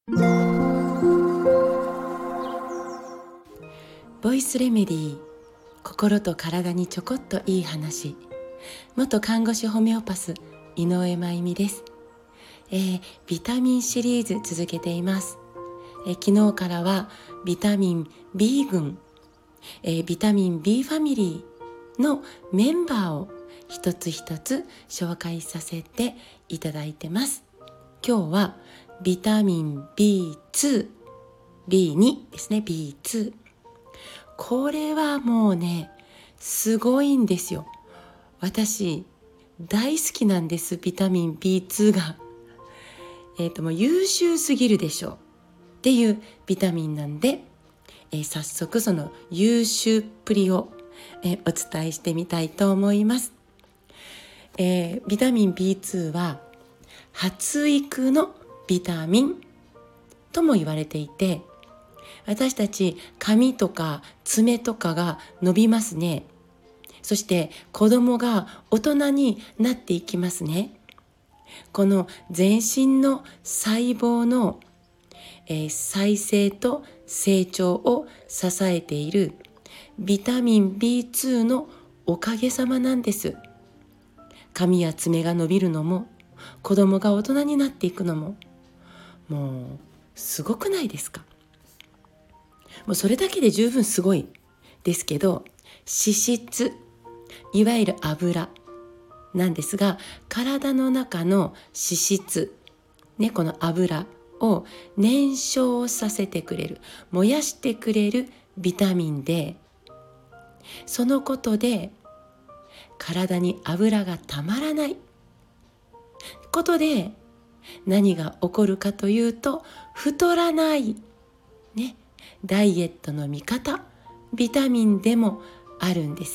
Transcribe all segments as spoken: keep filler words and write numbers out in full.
ボイスレメディー、心と体にちょこっといい話。元看護師ホメオパス井上真由美です。えー、ビタミンシリーズ続けています。えー、昨日からはビタミン B 群、えー、ビタミン B ファミリーのメンバーを一つ一つ紹介させていただいてます。今日はビタミン ビーツー、ビーツー ですね。 ビーツー、これはもうねすごいんですよ。私大好きなんです。ビタミン ビーツー がえっともう優秀すぎるでしょうっていうビタミンなんで、えー、早速その優秀っぷりを、えー、お伝えしてみたいと思います。えー、ビタミン ビーツー は発育のビタミンとも言われていて、私たち髪とか爪とかが伸びますね。そして子供が大人になっていきますね。この全身の細胞の、えー、再生と成長を支えているビタミン ビーツー のおかげさまなんです。髪や爪が伸びるのも、子供が大人になっていくのも、もうすごくないですか？もうそれだけで十分すごいですけど、脂質、いわゆる油なんですが、体の中の脂質、ね、この油を燃焼させてくれる、燃やしてくれるビタミンで、そのことで体に油がたまらないことで何が起こるかというと、太らない、ね、ダイエットの味方、ビタミンでもあるんです。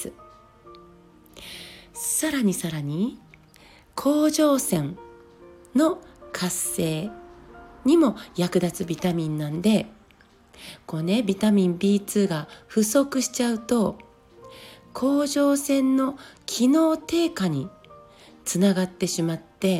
さらにさらに甲状腺の活性にも役立つビタミンなんで、こうね、ビタミン ビーツー が不足しちゃうと甲状腺の機能低下につながってしまって、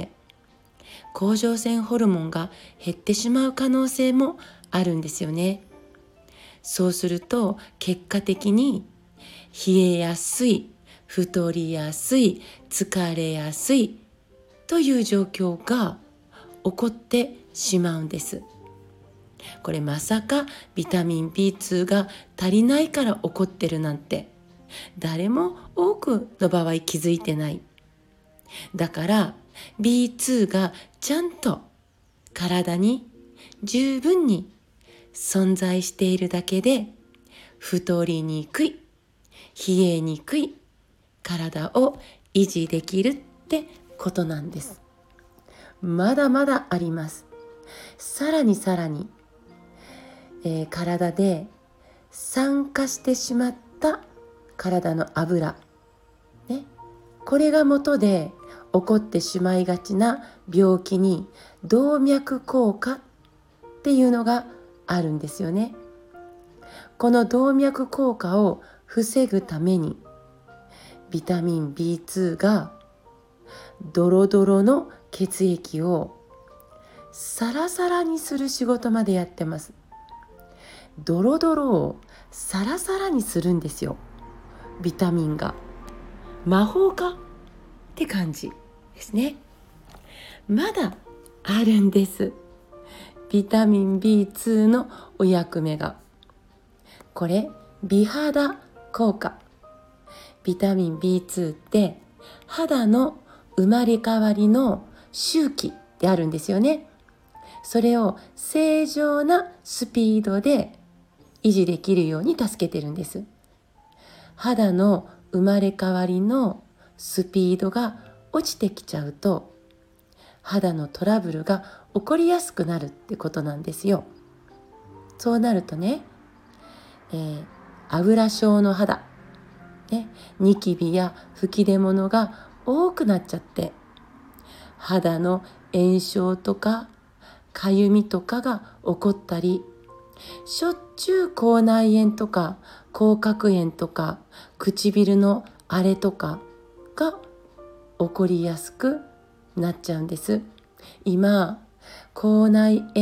甲状腺ホルモンが減ってしまう可能性もあるんですよね。そうすると結果的に冷えやすい、太りやすい、疲れやすいという状況が起こってしまうんです。これまさかビタミン ビーツー が足りないから起こってるなんて誰も多くの場合気づいてない。だから ビーツー がちゃんと体に十分に存在しているだけで、太りにくい、冷えにくい体を維持できるってことなんです。まだまだあります。さらにさらに、えー、体で酸化してしまった体の油、ね、これが元で起こってしまいがちな病気に動脈硬化っていうのがあるんですよね。この動脈硬化を防ぐためにビタミン ビーツー がドロドロの血液をサラサラにする仕事までやってます。ドロドロをサラサラにするんですよ。ビタミンが魔法かって感じですね。まだあるんです。ビタミン ビーツー のお役目が。これ美肌効果。ビタミン ビーツー って肌の生まれ変わりの周期であるんですよね。それを正常なスピードで維持できるように助けてるんです。肌の生まれ変わりのスピードが落ちてきちゃうと、肌のトラブルが起こりやすくなるってことなんですよ。そうなるとね、えー、油症の肌、ね、ニキビや吹き出物が多くなっちゃって、肌の炎症とかかゆみとかが起こったり、しょっちゅう口内炎とか口角炎とか唇の荒れとかが起こりやすくなっちゃうんです。今、口内炎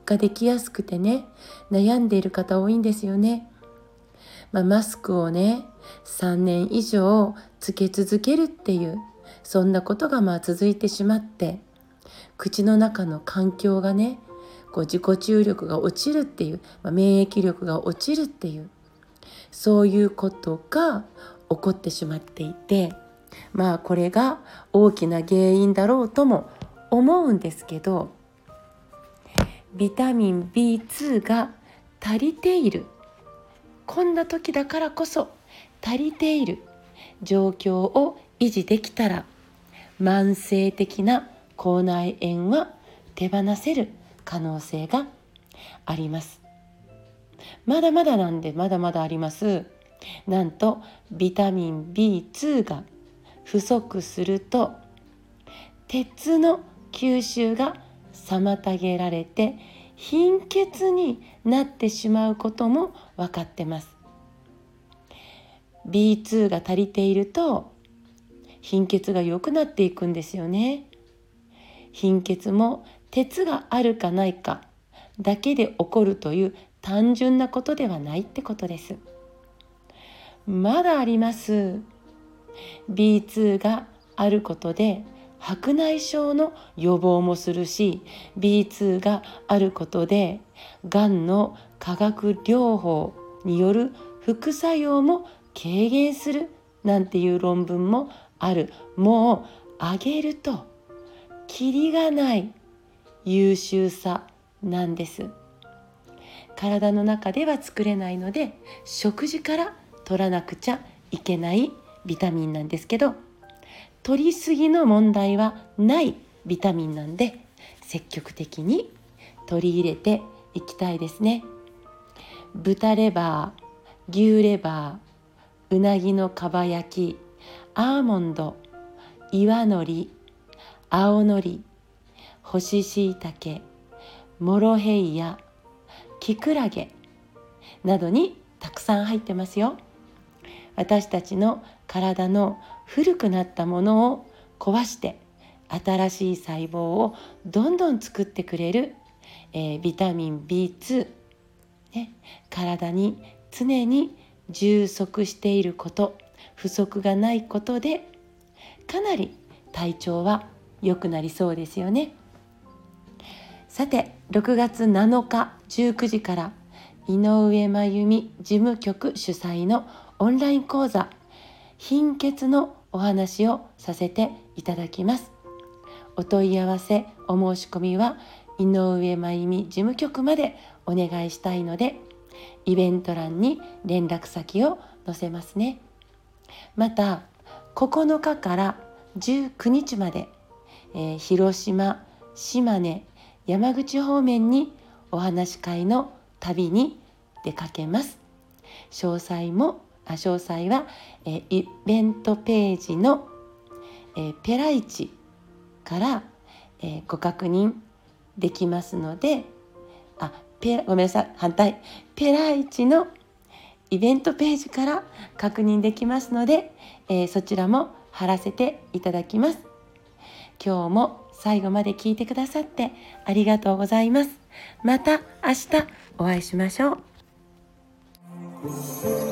化できやすくてね、悩んでいる方多いんですよね。まあ、マスクをねさんねん以上つけ続けるっていう、そんなことがまあ続いてしまって、口の中の環境がねこう自己注力が落ちるっていう、まあ、免疫力が落ちるっていう、そういうことが起こってしまっていて、まあこれが大きな原因だろうとも思うんですけど、ビタミン ビーツー が足りている、こんな時だからこそ足りている状況を維持できたら、慢性的な口内炎は手放せる可能性があります。まだまだなんでまだまだあります。なんとビタミン ビーツー が不足すると、鉄の吸収が妨げられて貧血になってしまうことも分かってます。 ビーツー が足りていると貧血が良くなっていくんですよね。貧血も鉄があるかないかだけで起こるという単純なことではないってことです。まだあります。 ビーツー があることで白内障の予防もするし、 ビーツー があることでがんの化学療法による副作用も軽減するなんていう論文もある。もうあげるとキリがない優秀さなんです。体の中では作れないので、食事から取らなくちゃいけないビタミンなんですけど、取りすぎの問題はないビタミンなんで、積極的に取り入れていきたいですね。豚レバー、牛レバー、うなぎのかば焼き、アーモンド、岩のり、青のり、干し椎茸、モロヘイヤ、キクラゲなどにたくさん入ってますよ。私たちの体の古くなったものを壊して新しい細胞をどんどん作ってくれる、えー、ビタミン ビーツー、ね、体に常に充足していること、不足がないことでかなり体調は良くなりそうですよね。さてろくがつなのかじゅうくじから井上真由美事務局主催のオンライン講座、貧血のお話をさせていただきます。お問い合わせお申し込みは井上真由美事務局までお願いしたいので、イベント欄に連絡先を載せますね。またここのかからじゅうくにちまで、えー、広島、島根、山口方面にお話し会の旅に出かけます。詳細もあ詳細は、えー、イベントページの、えー、ペライチから、えー、ご確認できますので、あペごめんなさい反対ペライチのイベントページから確認できますので、えー、そちらも貼らせていただきます。今日も最後まで聞いてくださってありがとうございます。また明日お会いしましょう。